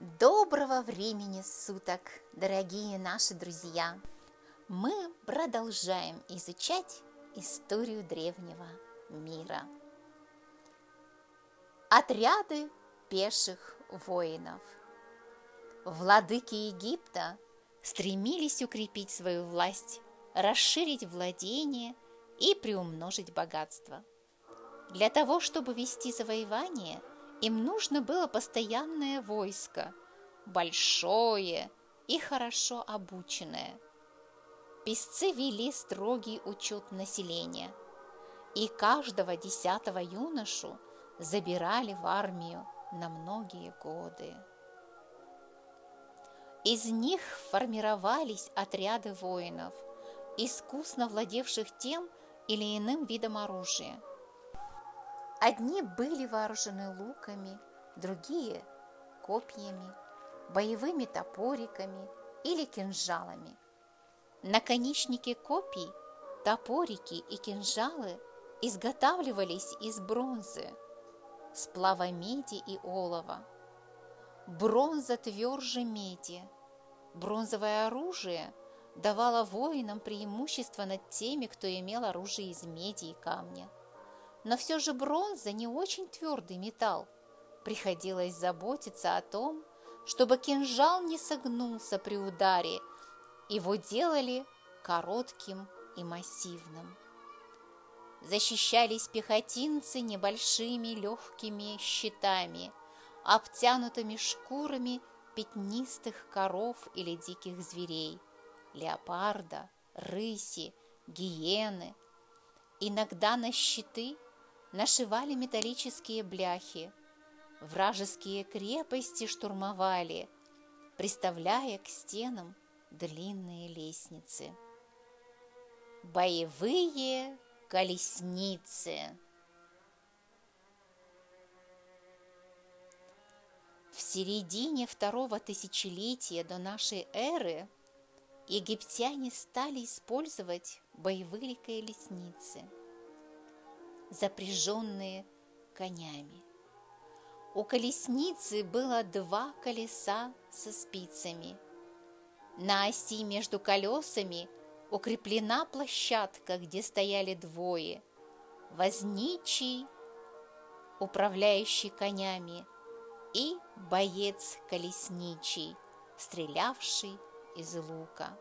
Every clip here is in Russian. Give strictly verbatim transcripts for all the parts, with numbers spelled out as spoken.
Доброго времени суток, дорогие наши друзья! Мы продолжаем изучать историю древнего мира. Отряды пеших воинов. Владыки Египта стремились укрепить свою власть, расширить владения и приумножить богатство. Для того, чтобы вести завоевание, им нужно было постоянное войско, большое и хорошо обученное. Писцы вели строгий учет населения, и каждого десятого юношу забирали в армию на многие годы. Из них формировались отряды воинов, искусно владевших тем или иным видом оружия. Одни были вооружены луками, другие – копьями, боевыми топориками или кинжалами. Наконечники копий, топорики и кинжалы изготавливались из бронзы, сплава меди и олова. Бронза тверже меди. Бронзовое оружие давало воинам преимущество над теми, кто имел оружие из меди и камня. Но все же бронза не очень твердый металл. Приходилось заботиться о том, чтобы кинжал не согнулся при ударе. Его делали коротким и массивным. Защищались пехотинцы небольшими легкими щитами, обтянутыми шкурами пятнистых коров или диких зверей, леопарда, рыси, гиены. Иногда на щиты нашивали металлические бляхи, вражеские крепости штурмовали, приставляя к стенам длинные лестницы. Боевые колесницы. В середине второго тысячелетия до нашей эры египтяне стали использовать боевые колесницы, запряженные конями. У колесницы было два колеса со спицами. На оси между колесами укреплена площадка, где стояли двое: возничий, управляющий конями, и боец колесничий, стрелявший из лука.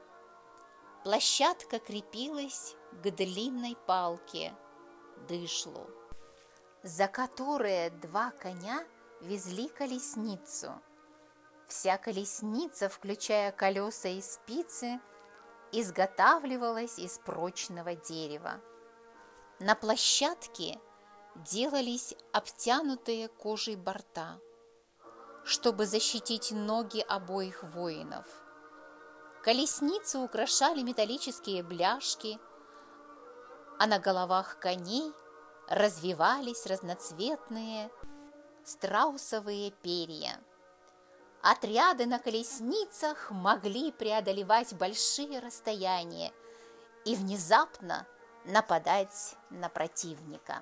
Площадка крепилась к длинной палке, дышлу, за которые два коня везли колесницу. Вся колесница, включая колеса и спицы, изготавливалась из прочного дерева. На площадке делались обтянутые кожей борта, чтобы защитить ноги обоих воинов. Колесницу украшали металлические бляшки, а на головах коней развивались разноцветные страусовые перья. Отряды на колесницах могли преодолевать большие расстояния и внезапно нападать на противника.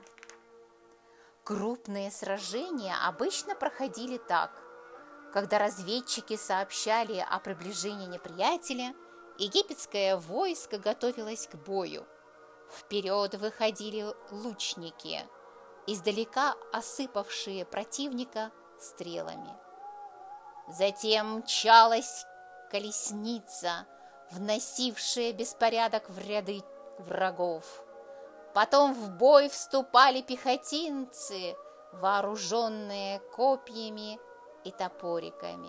Крупные сражения обычно проходили так: когда разведчики сообщали о приближении неприятеля, египетское войско готовилось к бою. Вперед выходили лучники, издалека осыпавшие противника стрелами. Затем мчалась колесница, вносившая беспорядок в ряды врагов. Потом в бой вступали пехотинцы, вооруженные копьями и топориками.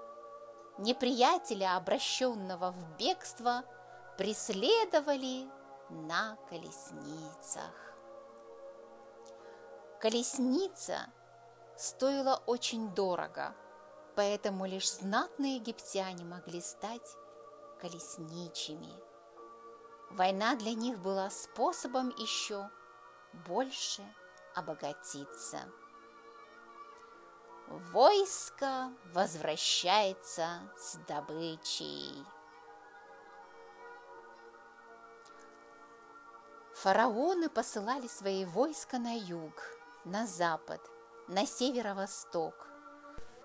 Неприятеля, обращенного в бегство, преследовали на колесницах. Колесница стоила очень дорого, поэтому лишь знатные египтяне могли стать колесничими. Война для них была способом еще больше обогатиться. Войско возвращается с добычей. Фараоны посылали свои войска на юг, на запад, на северо-восток.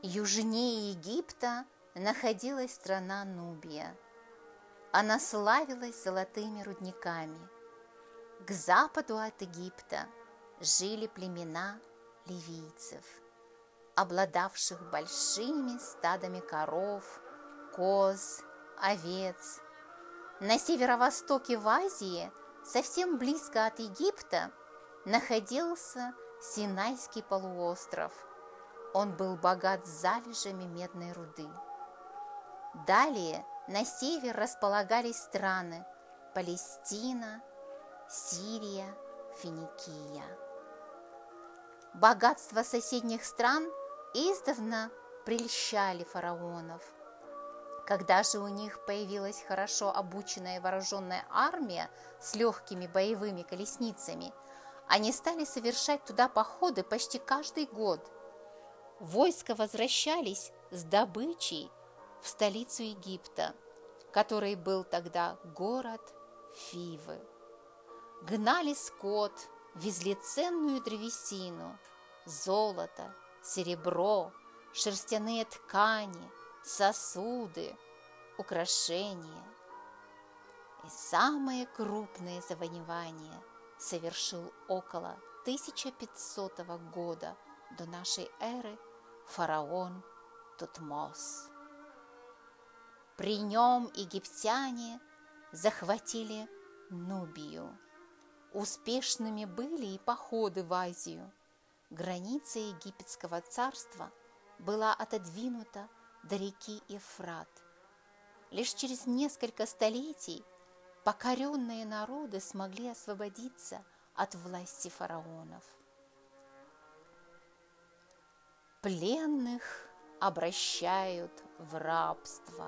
Южнее Египта находилась страна Нубия. Она славилась золотыми рудниками. К западу от Египта жили племена ливийцев, обладавших большими стадами коров, коз, овец. На северо-востоке в Азии, совсем близко от Египта, находился Синайский полуостров. Он был богат залежами медной руды. Далее на север располагались страны Палестина, Сирия, Финикия. Богатства соседних стран издавна прельщали фараонов. Когда же у них появилась хорошо обученная и вооруженная армия с легкими боевыми колесницами, они стали совершать туда походы почти каждый год. Войска возвращались с добычей в столицу Египта, который был тогда город Фивы. Гнали скот, везли ценную древесину, золото, серебро, шерстяные ткани, сосуды, украшения. И самые крупные завоевания совершил около тысяча пятисотого года до нашей эры фараон Тутмос. При нем египтяне захватили Нубию. Успешными были и походы в Азию. Граница египетского царства была отодвинута до реки Ефрат. Лишь через несколько столетий покоренные народы смогли освободиться от власти фараонов. Пленных обращают в рабство.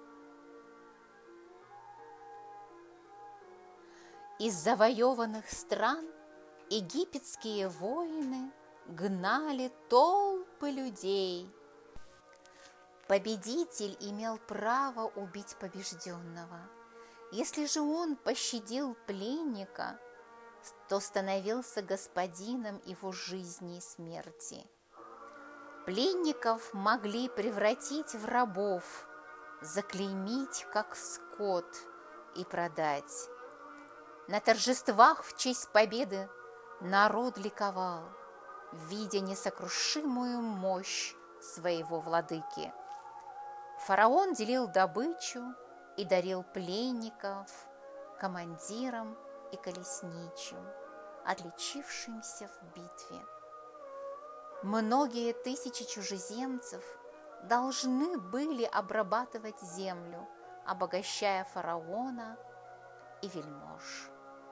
Из завоеванных стран египетские воины гнали толпы людей. Победитель имел право убить побежденного. Если же он пощадил пленника, то становился господином его жизни и смерти. Пленников могли превратить в рабов, заклеймить как скот и продать. На торжествах в честь победы народ ликовал, видя несокрушимую мощь своего владыки. Фараон делил добычу и дарил пленников командирам и колесничим, отличившимся в битве. Многие тысячи чужеземцев должны были обрабатывать землю, обогащая фараона и вельмож.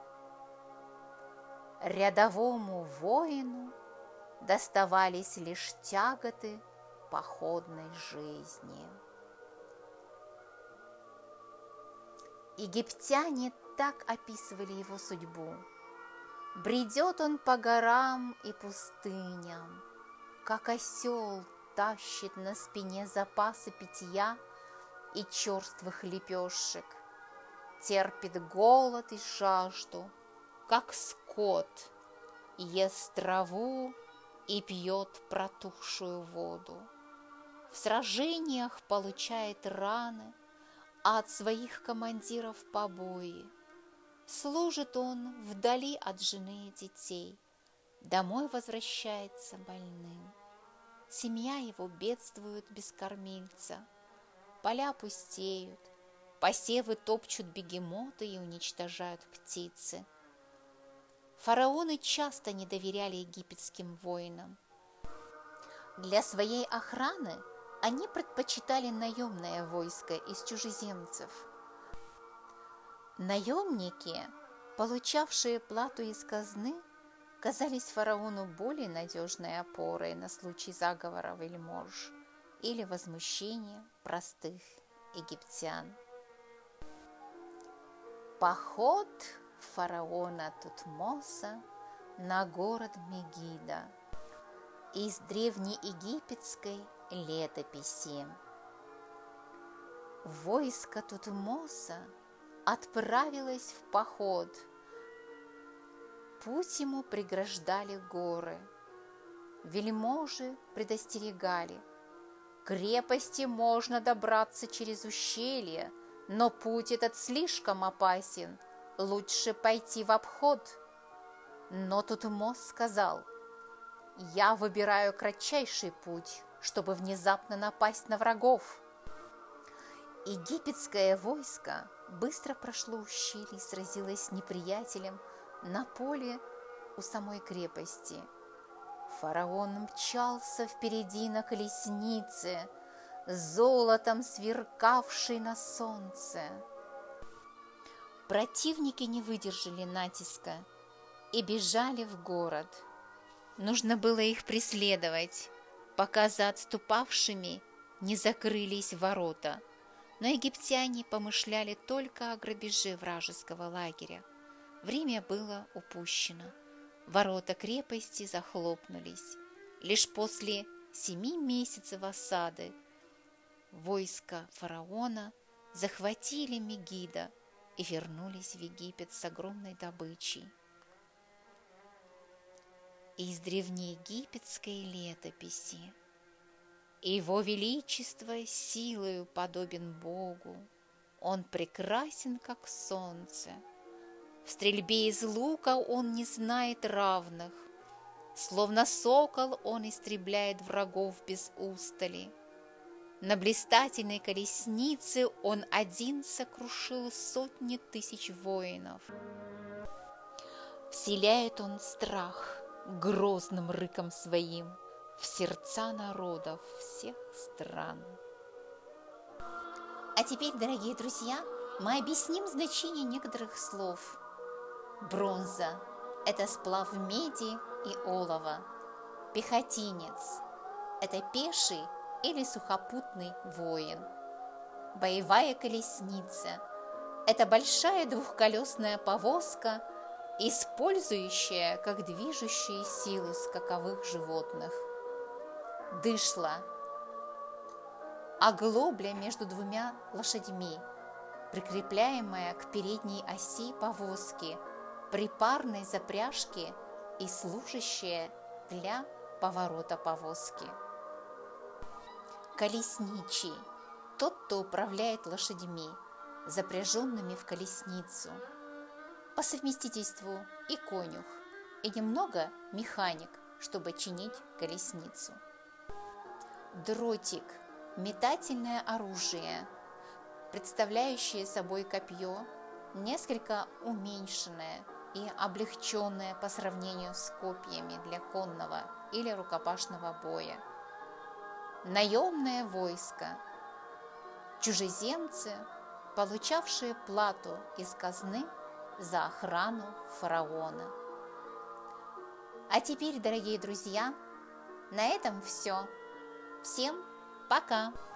Рядовому воину доставались лишь тяготы походной жизни. Египтяне так описывали его судьбу. Бредет он по горам и пустыням, как осел тащит на спине запасы питья и черствых лепешек, терпит голод и жажду, как скот, ест траву и пьет протухшую воду. В сражениях получает раны, а от своих командиров побои. Служит он вдали от жены и детей, домой возвращается больным. Семья его бедствует без кормильца, поля пустеют, посевы топчут бегемоты и уничтожают птицы. Фараоны часто не доверяли египетским воинам. Для своей охраны они предпочитали наемное войско из чужеземцев. Наемники, получавшие плату из казны, казались фараону более надежной опорой на случай заговора вельмож или возмущения простых египтян. Поход фараона Тутмоса на город Мегида из древнеегипетской летописи. Войско Тутмоса отправилось в поход. Путь ему преграждали горы. Вельможи предостерегали: крепости можно добраться через ущелье, но путь этот слишком опасен, лучше пойти в обход. Но Тутмос сказал: «Я выбираю кратчайший путь, чтобы внезапно напасть на врагов». Египетское войско быстро прошло ущелье и сразилось с неприятелем на поле у самой крепости. Фараон мчался впереди на колеснице, золотом сверкавшей на солнце. Противники не выдержали натиска и бежали в город. Нужно было их преследовать, пока за отступавшими не закрылись ворота. Но египтяне помышляли только о грабеже вражеского лагеря. Время было упущено. Ворота крепости захлопнулись. Лишь после семи месяцев осады войска фараона захватили Мегидо и вернулись в Египет с огромной добычей. Из древнеегипетской летописи: «Его Величество силою подобен Богу, Он прекрасен, как солнце. В стрельбе из лука Он не знает равных, словно сокол Он истребляет врагов без устали. На блистательной колеснице Он один сокрушил сотни тысяч воинов. Вселяет Он страх грозным рыком своим в сердца народов всех стран». А теперь, дорогие друзья, мы объясним значение некоторых слов. Бронза – это сплав меди и олова. Пехотинец – это пеший или сухопутный воин. Боевая колесница – это большая двухколесная повозка, использующая как движущую силу скаковых животных. Дышло – оглобля между двумя лошадьми, прикрепляемая к передней оси повозки при парной запряжке и служащая для поворота повозки. Колесничий – тот, кто управляет лошадьми, запряженными в колесницу. По совместительству и конюх, и немного механик, чтобы чинить колесницу. Дротик – метательное оружие, представляющее собой копье, несколько уменьшенное и облегченное по сравнению с копьями для конного или рукопашного боя. Наемное войско – чужеземцы, получавшие плату из казны за охрану фараона. А теперь, дорогие друзья, на этом все. Всем пока!